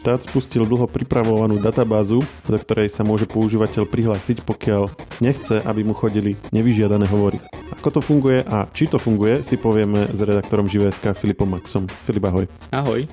štát spustil dlho pripravovanú databázu, do ktorej sa môže používateľ prihlásiť, pokiaľ nechce, aby mu chodili nevyžiadané hovory. Ako to funguje a či to funguje, si povieme s redaktorom Živé.sk Filipom Maxom. Filip, ahoj. Ahoj.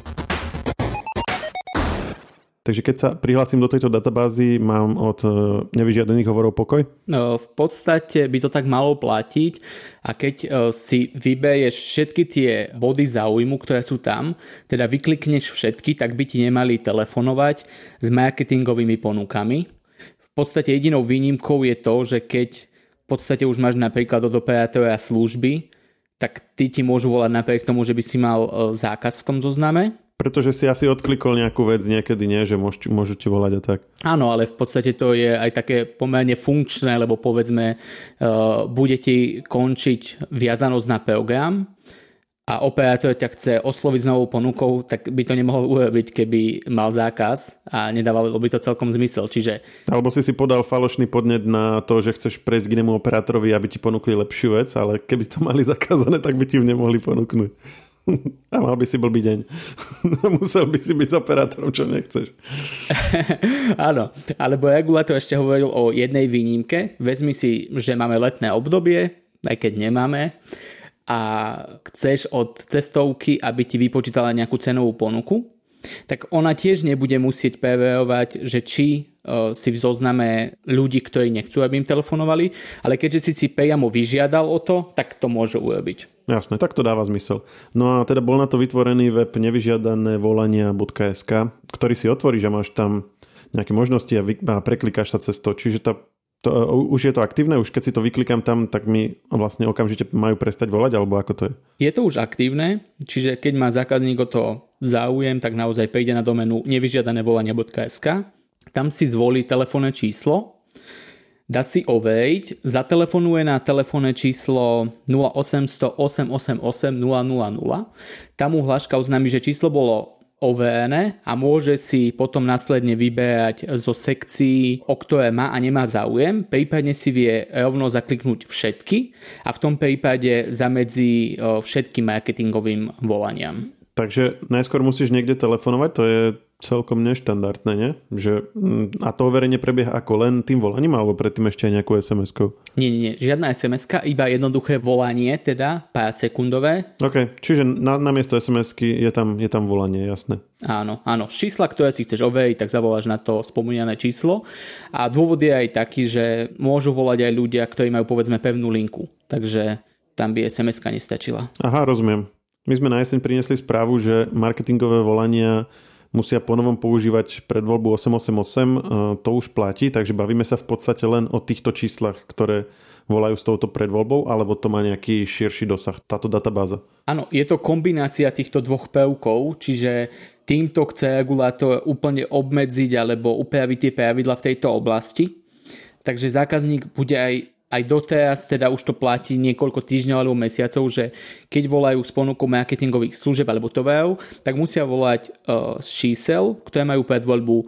Takže keď sa prihlásim do tejto databázy, mám od nevyžiadaných hovorov pokoj? No, v podstate by to tak malo platiť a keď si vyberieš všetky tie body záujmu, ktoré sú tam, teda vyklikneš všetky, tak by ti nemali telefonovať s marketingovými ponukami. V podstate jedinou výnimkou je to, že keď v podstate už máš napríklad od operátora služby, tak ti môžu volať napriek tomu, že by si mal zákaz v tom zozname. Pretože si asi odklikol nejakú vec niekedy, nie? Že môžu ti volať a tak. Áno, ale v podstate to je aj také pomerne funkčné, lebo povedzme, bude ti končiť viazanosť na program a operátor ťa chce osloviť s novou ponukou, tak by to nemohol urobiť, keby mal zákaz a nedávalo by to celkom zmysel. Čiže... Alebo si podal falošný podnet na to, že chceš prejsť k inému operátorovi, aby ti ponúkli lepšiu vec, ale keby to mali zakázané, tak by ti ju nemohli ponúknuť. A mal by si blbý deň. Musel by si byť s operátorom, čo nechceš. Áno, alebo regulátor ešte hovoril o jednej výnimke. Vezmi si, že máme letné obdobie, aj keď nemáme, a chceš od cestovky, aby ti vypočítala nejakú cenovú ponuku, tak ona tiež nebude musieť preverovať, že či si v zozname ľudí, ktorí nechcú, aby im telefonovali, ale keďže si priamo vyžiadal o to, tak to môže urobiť. Jasné, tak to dáva zmysel. No a teda bol na to vytvorený web nevyžiadanevolania.sk, ktorý si otvoríš a máš tam nejaké možnosti a preklikáš sa cez to. Čiže už je to aktívne? Už keď si to vyklikám tam, tak mi vlastne okamžite majú prestať volať? Alebo ako to je? Je to už aktívne, čiže keď má zákazník o to záujem, tak naozaj príde na doménu nevyžiadanevolania.sk. Tam si zvolí telefónne číslo, dá si overiť, zatelefonuje na telefónne číslo 0800 888 000. Tam mu hláška oznámi, že číslo bolo overené a môže si potom následne vyberať zo sekcií, o ktoré má a nemá záujem. Prípadne si vie rovno zakliknúť všetky a v tom prípade zamedzí všetkým marketingovým volaniam. Takže najskôr musíš niekde telefonovať, to je celkom neštandardné, nie? A to overenie prebieha ako len tým volaním, alebo predtým ešte aj nejakú SMS-kou? Nie, žiadna SMS-ka, iba jednoduché volanie, teda pár sekundové. OK, čiže namiesto SMS-ky je tam volanie, jasné. Áno, z čísla, ktoré si chceš overiť, tak zavoláš na to spomínané číslo. A dôvod je aj taký, že môžu volať aj ľudia, ktorí majú povedzme pevnú linku, takže tam by SMS-ka nestačila. Aha, rozumiem. My sme na jeseň priniesli správu, že marketingové volania musia ponovom používať predvoľbu 888. To už platí, takže bavíme sa v podstate len o týchto číslach, ktoré volajú s touto predvoľbou, alebo to má nejaký širší dosah, táto databáza? Áno, je to kombinácia týchto dvoch prvkov, čiže týmto chce regulátor úplne obmedziť alebo upraviť tie pravidla v tejto oblasti. Takže zákazník bude aj doteraz, teda už to platí niekoľko týždňov alebo mesiacov, že keď volajú s ponukou marketingových služieb alebo tovarov, tak musia volať z čísel, ktoré majú predvoľbu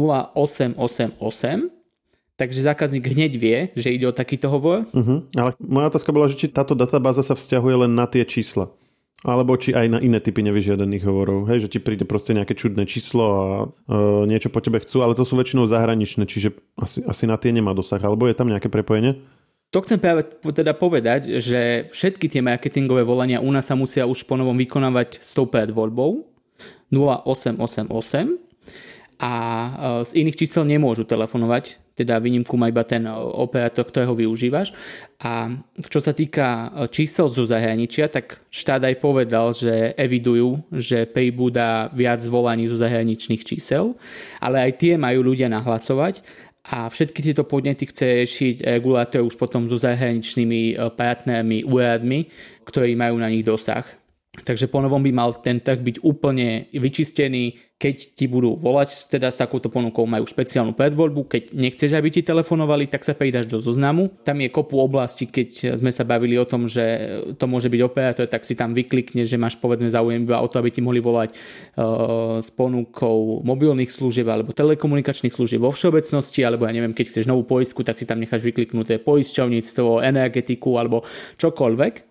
0888. Takže zákazník hneď vie, že ide o takýto hovor. Ale moja otázka bola, že či táto databáza sa vzťahuje len na tie čísla. Alebo či aj na iné typy nevyžiadaných hovorov. Hej, že ti príde proste nejaké čudné číslo a niečo po tebe chcú, ale to sú väčšinou zahraničné, čiže asi na tie nemá dosah. Alebo je tam nejaké prepojenie? To chcem práve teda povedať, že všetky tie marketingové volania u nás sa musia už ponovom vykonávať s tou predvoľbou 0888 a z iných čísel nemôžu telefonovať, teda výnimku má iba ten operátor, ktorého využívaš. A čo sa týka čísel zo zahraničia, tak štát aj povedal, že evidujú, že pribúda viac volaní zo zahraničných čísel, ale aj tie majú ľudia nahlasovať. A všetky tieto podnety chce riešiť regulátor už potom so zahraničnými partnermi, úradmi, ktorí majú na nich dosah. Takže ponovom by mal ten trh byť úplne vyčistený, keď ti budú volať, teda s takouto ponukou majú špeciálnu predvoľbu, keď nechceš, aby ti telefonovali, tak sa pridáš do zoznamu. Tam je kopu oblasti, keď sme sa bavili o tom, že to môže byť operátor, tak si tam vyklikneš, že máš povedzme záujem iba o to, aby ti mohli volať s ponukou mobilných služieb alebo telekomunikačných služieb vo všeobecnosti, alebo ja neviem, keď chceš novú poistku, tak si tam necháš vykliknuté poisťovníctvo, energetiku alebo čokoľvek.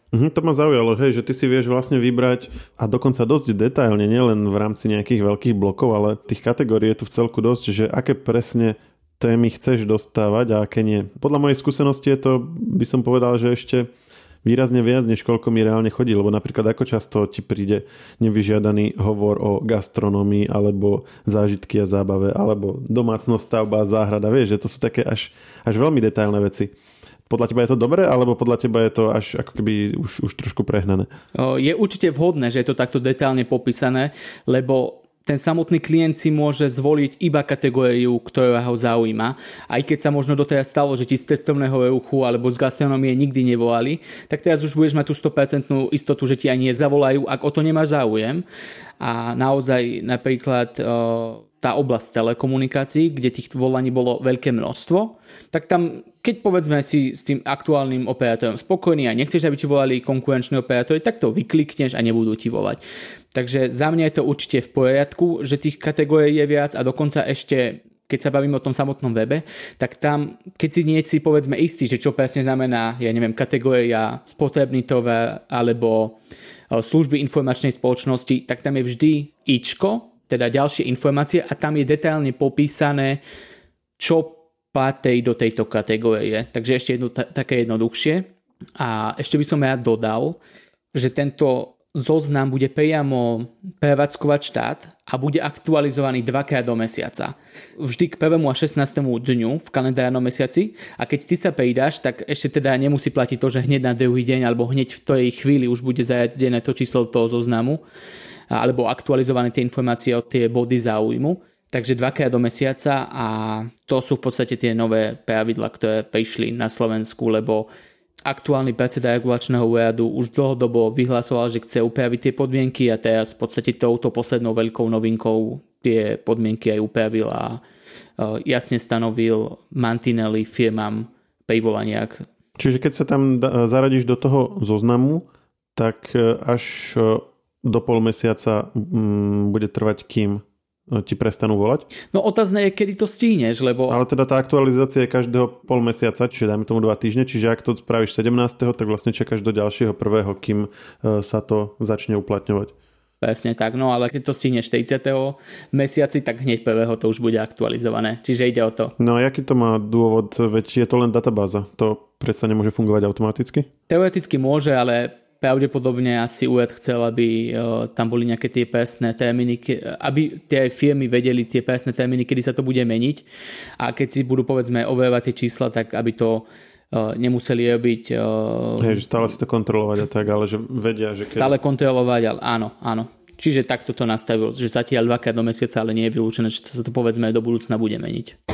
To ma zaujalo, hej, že ty si vieš vlastne vybrať a dokonca dosť detailne, nielen v rámci nejakých veľkých blokov, ale tých kategórií je tu v celku dosť, že aké presne témy chceš dostávať a aké nie. Podľa mojej skúsenosti je to, by som povedal, že ešte výrazne viac, než koľko mi reálne chodí, lebo napríklad ako často ti príde nevyžiadaný hovor o gastronómii alebo zážitky a zábave, alebo domácnosť, stavba, záhrada, vieš, že to sú také až veľmi detailné veci. Podľa teba je to dobré, alebo podľa teba je to až ako keby už trošku prehnané? Je určite vhodné, že je to takto detailne popísané, lebo ten samotný klient si môže zvoliť iba kategóriu, ktorá ho zaujíma. Aj keď sa možno doteraz stalo, že ti z cestovného ruchu alebo z gastronómie nikdy nevolali, tak teraz už budeš mať tú 100% istotu, že ti ani nezavolajú, ak o to nemáš záujem. A naozaj napríklad tá oblasť telekomunikácií, kde tých volaní bolo veľké množstvo, tak tam, keď povedzme si s tým aktuálnym operátorom spokojný a nechceš, aby ti volali konkurenční operátori, tak to vyklikneš a nebudú ti volať. Takže za mňa je to určite v poriadku, že tých kategórií je viac a dokonca ešte, keď sa bavíme o tom samotnom webe, tak tam, keď si nie si povedzme istý, že čo presne znamená, ja neviem, kategória spotrebný tovar alebo služby informačnej spoločnosti, tak tam je vždy ičko, teda ďalšie informácie a tam je detailne popísané, čo patrí do tejto kategórie. Takže ešte také jednoduchšie. A ešte by som rád dodal, že tento zoznam bude priamo prevádzkovať štát a bude aktualizovaný 2-krát do mesiaca. Vždy k 1. a 16. dňu v kalendárnom mesiaci a keď ty sa pridáš, tak ešte teda nemusí platiť to, že hneď na druhý deň alebo hneď v tej chvíli už bude zaradené to číslo toho zoznamu alebo aktualizované tie informácie o tie body záujmu. Takže 2-krát do mesiaca a to sú v podstate tie nové pravidlá, ktoré prišli na Slovensku, lebo aktuálny predseda regulačného úradu už dlhodobo vyhlasoval, že chce upraviť tie podmienky a teraz v podstate touto poslednou veľkou novinkou tie podmienky aj upravil a jasne stanovil mantinely firmám pri volaniach. Čiže keď sa tam zaradíš do toho zoznamu, tak až do pol mesiaca bude trvať, kým ti prestanú volať? No otázne je, kedy to stihneš, lebo... Ale teda tá aktualizácia je každého pol mesiaca, čiže dajme tomu 2 týždne, čiže ak to spravíš 17., tak vlastne čakáš do ďalšieho prvého, kým sa to začne uplatňovať. Presne tak, no ale keď to stihneš 30. mesiaci, tak hneď prvého to už bude aktualizované, čiže ide o to. No a aký to má dôvod, veď je to len databáza, to predsa nemôže fungovať automaticky? Teoreticky môže, ale pravdepodobne asi úrad chcel, aby tam boli nejaké tie presné termíny, aby tie firmy vedeli tie presné termíny, kedy sa to bude meniť a keď si budú povedzme overovať tie čísla, tak aby to nemuseli robiť... Hej, že stále si to kontrolovať a tak, ale že vedia, že... Stále kontrolovať, ale áno. Čiže takto to nastavil, že zatiaľ 2-krát do mesiaca, ale nie je vylúčené, že sa to povedzme do budúcna bude meniť.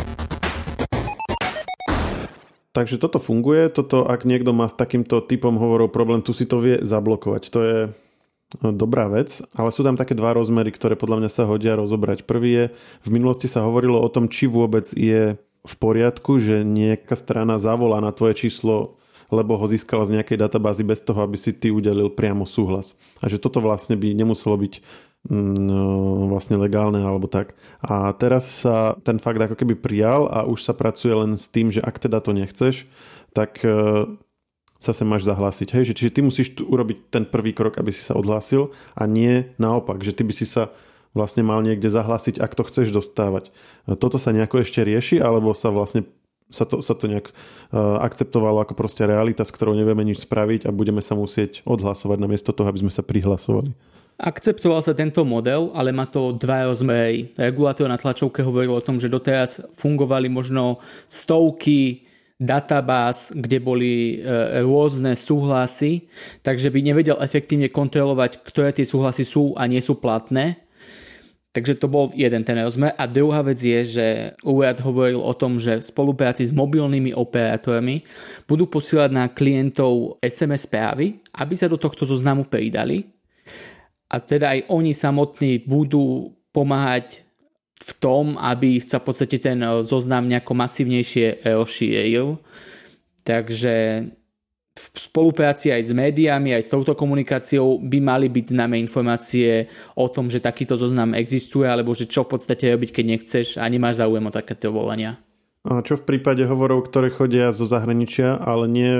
Takže toto funguje, ak niekto má s takýmto typom hovorov problém, tu si to vie zablokovať. To je dobrá vec, ale sú tam také 2 rozmery, ktoré podľa mňa sa hodia rozobrať. Prvý je, v minulosti sa hovorilo o tom, či vôbec je v poriadku, že nejaká strana zavolá na tvoje číslo, lebo ho získala z nejakej databázy bez toho, aby si ty udelil priamo súhlas. A že toto vlastne by nemuselo byť vlastne legálne alebo tak. A teraz sa ten fakt ako keby prijal a už sa pracuje len s tým, že ak teda to nechceš, tak sa sem máš zahlásiť. Hej, že čiže ty musíš urobiť ten prvý krok, aby si sa odhlásil a nie naopak, že ty by si sa vlastne mal niekde zahlásiť, ak to chceš dostávať. Toto sa nejako ešte rieši, alebo sa vlastne sa to nejak akceptovalo ako proste realita, s ktorou nevieme nič spraviť a budeme sa musieť odhlasovať namiesto toho, aby sme sa prihlasovali. Akceptoval sa tento model, ale má to 2 rozmery. Regulátor na tlačovke hovoril o tom, že doteraz fungovali možno stovky databáz, kde boli rôzne súhlasy, takže by nevedel efektívne kontrolovať, ktoré tie súhlasy sú a nie sú platné. Takže to bol jeden ten rozmer. A druhá vec je, že úrad hovoril o tom, že v spolupráci s mobilnými operátormi budú posielať na klientov SMS správy, aby sa do tohto zoznamu pridali. A teda aj oni samotní budú pomáhať v tom, aby sa v podstate ten zoznam nejako masívnejšie rozšíril. Takže v spolupráci aj s médiami, aj s touto komunikáciou by mali byť známe informácie o tom, že takýto zoznam existuje, alebo že čo v podstate robiť, keď nechceš a nemáš záujem o takéto volania. A čo v prípade hovorov, ktoré chodia zo zahraničia, ale nie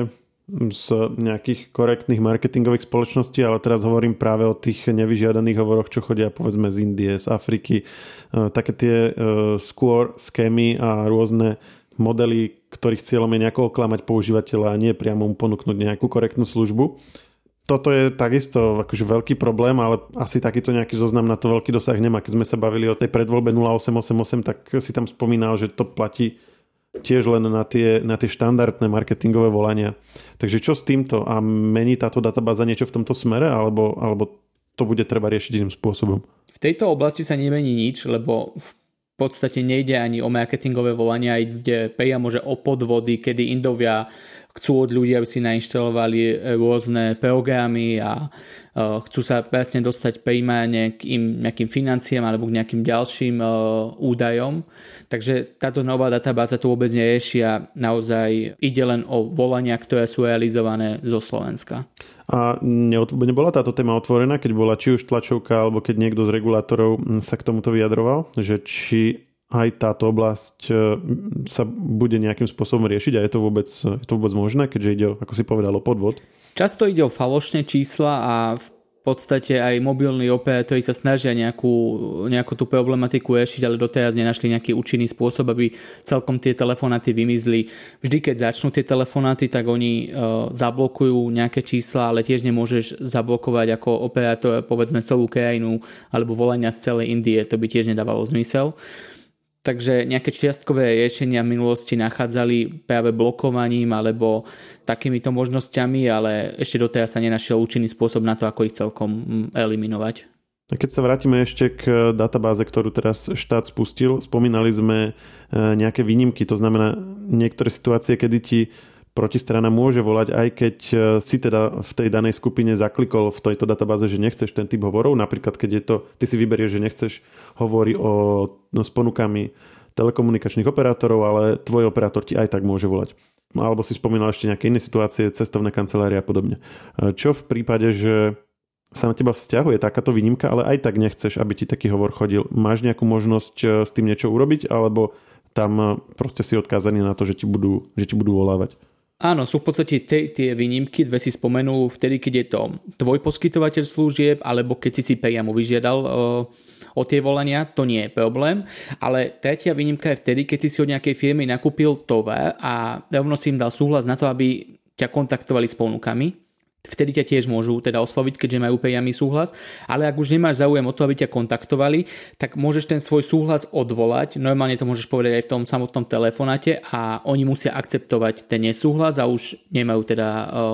z nejakých korektných marketingových spoločností, ale teraz hovorím práve o tých nevyžiadaných hovoroch, čo chodia povedzme z Indie, z Afriky. Také tie skôr skémy a rôzne modely, ktorých cieľom je nejako oklamať používateľa a nie priamo mu ponúknuť nejakú korektnú službu. Toto je takisto akože veľký problém, ale asi takýto nejaký zoznam na to veľký dosah nemá. Keď sme sa bavili o tej predvoľbe 0888, tak si tam spomínal, že to platí tiež len na tie štandardné marketingové volania. Takže čo s týmto? A mení táto databáza niečo v tomto smere? Alebo to bude treba riešiť iným spôsobom? V tejto oblasti sa nemení nič, lebo v podstate nejde ani o marketingové volania, ide priamo že o podvody, kedy Indovia chcú od ľudí, aby si nainštalovali rôzne programy a chcú sa presne dostať primárne k nejakým financiám alebo k nejakým ďalším údajom. Takže táto nová databáza to vôbec nerieši a naozaj ide len o volania, ktoré sú realizované zo Slovenska. A nebola táto téma otvorená, keď bola či už tlačovka, alebo keď niekto z regulátorov sa k tomuto vyjadroval, že či aj táto oblasť sa bude nejakým spôsobom riešiť a je to vôbec možné, keďže ide, ako si povedal, o podvod? Často ide o falošné čísla a v podstate aj mobilní operátori sa snažia nejakú tú problematiku riešiť, ale doteraz nenašli nejaký účinný spôsob, aby celkom tie telefonáty vymizli. Vždy, keď začnú tie telefonáty, tak oni zablokujú nejaké čísla, ale tiež nemôžeš zablokovať ako operátor povedzme celú krajinu alebo volania z celej Indie. To by tiež nedávalo zmysel. Takže nejaké čiastkové riešenia v minulosti nachádzali práve blokovaním alebo takýmito možnosťami, ale ešte doteraz sa nenašiel účinný spôsob na to, ako ich celkom eliminovať. A keď sa vrátime ešte k databáze, ktorú teraz štát spustil, spomínali sme nejaké výnimky, to znamená niektoré situácie, kedy ti protistrana môže volať, aj keď si teda v tej danej skupine zaklikol v tejto databáze, že nechceš ten typ hovorov. Napríklad, keď je to, ty si vyberieš, že nechceš hovoriť s ponukami telekomunikačných operátorov, ale tvoj operátor ti aj tak môže volať. Alebo si spomínal ešte nejaké iné situácie, cestovné kancelárie a podobne. Čo v prípade, že sa na teba vzťahuje takáto výnimka, ale aj tak nechceš, aby ti taký hovor chodil. Máš nejakú možnosť s tým niečo urobiť, alebo tam proste si odkázaný na to, že ti budú volávať? Áno, sú v podstate tie výnimky, dve si spomenul, vtedy, keď je to tvoj poskytovateľ služieb, alebo keď si priamo vyžiadal o tie volania, to nie je problém. Ale tretia výnimka je vtedy, keď si od nejakej firmy nakúpil tovar a rovno si im dal súhlas na to, aby ťa kontaktovali s ponukami. Vtedy ťa tiež môžu teda osloviť, keďže majú priamy súhlas, ale ak už nemáš záujem o to, aby ťa kontaktovali, tak môžeš ten svoj súhlas odvolať. Normálne to môžeš povedať aj v tom samotnom telefonáte a oni musia akceptovať ten nesúhlas a už nemajú teda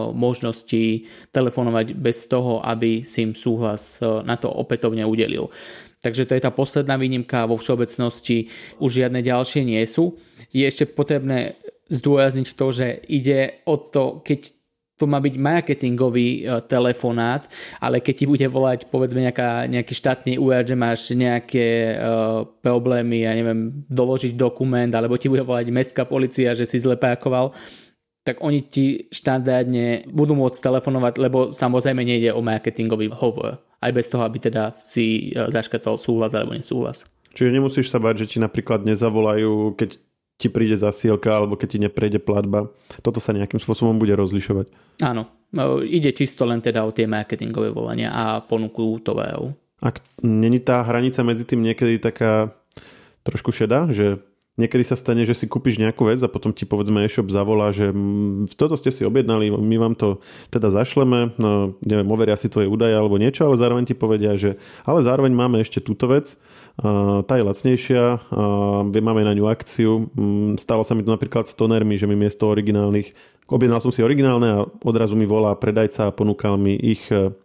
možnosti telefonovať bez toho, aby si im súhlas na to opätovne udelil. Takže to je tá posledná výnimka, vo všeobecnosti už žiadne ďalšie nie sú. Je ešte potrebné zdôrazniť to, že ide o to, keď to má byť marketingový telefonát, ale keď ti bude volať povedzme nejaký štátny úrad, že máš nejaké problémy, ja neviem, doložiť dokument, alebo ti bude volať mestská polícia, že si zle parkoval, tak oni ti štandardne budú môcť telefonovať, lebo samozrejme nejde o marketingový hovor. Aj bez toho, aby teda si zaškatol súhlas alebo nesúhlas. Čiže nemusíš sa báť, že ti napríklad nezavolajú, keď ti príde zasielka alebo keď ti neprejde platba. Toto sa nejakým spôsobom bude rozlišovať. Áno, ide čisto len teda o tie marketingové volania a ponuku tovarov. Ak není tá hranica medzi tým niekedy taká trošku šedá, že niekedy sa stane, že si kúpiš nejakú vec a potom ti povedzme e-shop zavolá, že toto ste si objednali, my vám to teda zašleme, no neviem, overia si tvoje údaje alebo niečo, ale zároveň ti povedia, že ale zároveň máme ešte túto vec, tá je lacnejšia, máme na ňu akciu. Stalo sa mi to napríklad s tonermi, že mi miesto originálnych, objednal som si originálne a odrazu mi volá predajca a ponúkal mi ich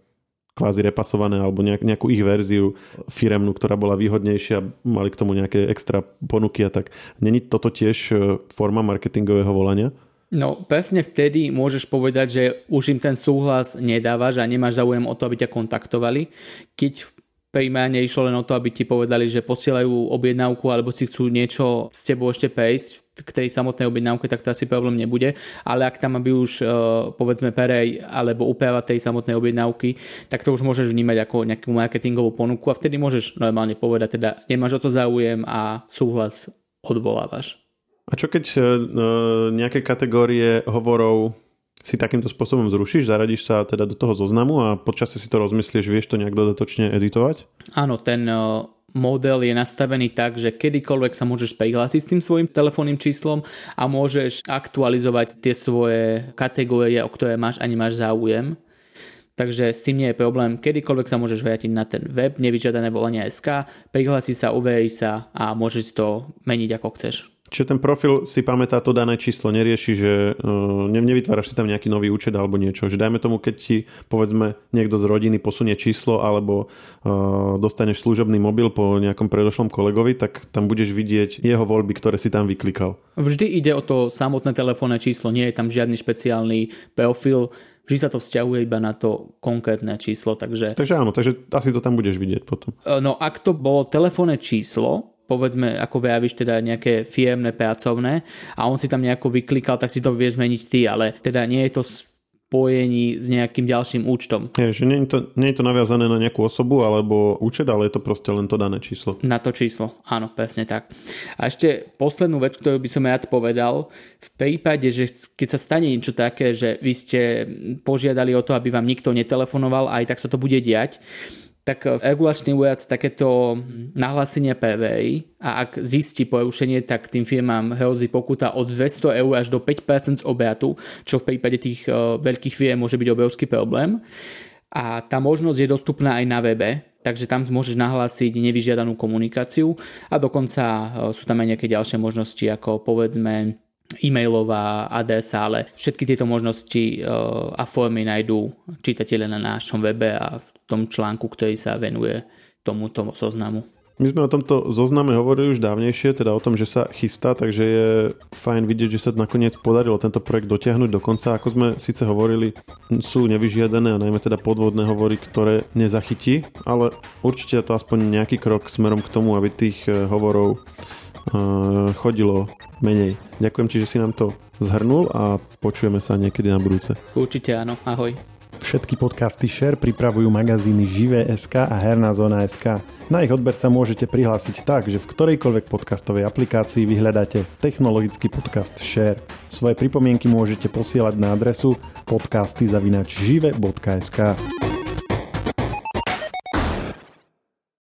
kvázi repasované alebo nejakú ich verziu firemnú, ktorá bola výhodnejšia, mali k tomu nejaké extra ponuky a tak. Není toto tiež forma marketingového volania? No presne vtedy môžeš povedať, že už im ten súhlas nedávaš a nemáš záujem o to, aby ťa kontaktovali. Keď primárne išlo len o to, aby ti povedali, že posielajú objednávku alebo si chcú niečo s tebou ešte prejsť k tej samotnej objednávke, tak to asi problém nebude. Ale ak tam aby už povedzme perej alebo úprava tej samotnej objednávky, tak to už môžeš vnímať ako nejakú marketingovú ponuku a vtedy môžeš normálne povedať, teda nemáš o to záujem a súhlas odvolávaš. A čo keď nejaké kategórie hovorov si takýmto spôsobom zrušíš, zaradíš sa teda do toho zoznamu a počasie si to rozmyslíš, vieš to nejak dodatočne editovať? Áno, ten model je nastavený tak, že kedykoľvek sa môžeš prihlásiť s tým svojím telefónnym číslom a môžeš aktualizovať tie svoje kategórie, o ktoré máš a nemáš záujem. Takže s tým nie je problém. Kedykoľvek sa môžeš vrátiť na ten web nevyžiadané volania.sk, prihlásiš sa, overíš sa a môžeš to meniť ako chceš. Čiže ten profil si pamätá to dané číslo, nerieši, že nevytváraš si tam nejaký nový účet alebo niečo. Že dajme tomu, keď ti povedzme niekto z rodiny posunie číslo alebo dostaneš služobný mobil po nejakom predošlom kolegovi, tak tam budeš vidieť jeho voľby, ktoré si tam vyklikal. Vždy ide o to samotné telefónne číslo, nie je tam žiadny špeciálny profil, vždy sa to vzťahuje iba na to konkrétne číslo. Takže áno, takže asi to tam budeš vidieť potom. No ak to bolo telefónne číslo, povedzme, ako vravíš, teda nejaké firemné, pracovné a on si tam nejako vyklikal, tak si to vie zmeniť ty, ale teda nie je to spojení s nejakým ďalším účtom. Že nie je to naviazané na nejakú osobu alebo účet, ale je to proste len to dané číslo. Na to číslo, áno, presne tak. A ešte poslednú vec, ktorú by som rád povedal, v prípade, že keď sa stane niečo také, že vy ste požiadali o to, aby vám nikto netelefonoval, aj tak sa to bude diať, tak regulačný úrad takéto nahlásenie preverí a ak zistí porušenie, tak tým firmám hrozí pokuta od 200 eur až do 5% obratu, čo v prípade tých veľkých firm môže byť obrovský problém. A tá možnosť je dostupná aj na webe, takže tam môžeš nahlásiť nevyžiadanú komunikáciu a dokonca sú tam aj nejaké ďalšie možnosti, ako povedzme e-mailová adresa, ale všetky tieto možnosti a formy nájdú čitatelia na našom webe a v tom článku, ktorý sa venuje tomuto zoznamu. My sme o tomto zozname hovorili už dávnejšie, teda o tom, že sa chystá, takže je fajn vidieť, že sa nakoniec podarilo tento projekt dotiahnuť do konca. Ako sme síce hovorili, sú nevyžiadané a najmä teda podvodné hovory, ktoré nezachytí, ale určite je to aspoň nejaký krok smerom k tomu, aby tých hovorov chodilo menej. Ďakujem ti, že si nám to zhrnul a počujeme sa niekedy na budúce. Určite áno, ahoj. Všetky podcasty Share pripravujú magazíny Živé.sk a Herná zóna.sk. Na ich odber sa môžete prihlásiť tak, že v ktorejkoľvek podcastovej aplikácii vyhľadáte technologický podcast Share. Svoje pripomienky môžete posielať na adresu podcasty@žive.sk.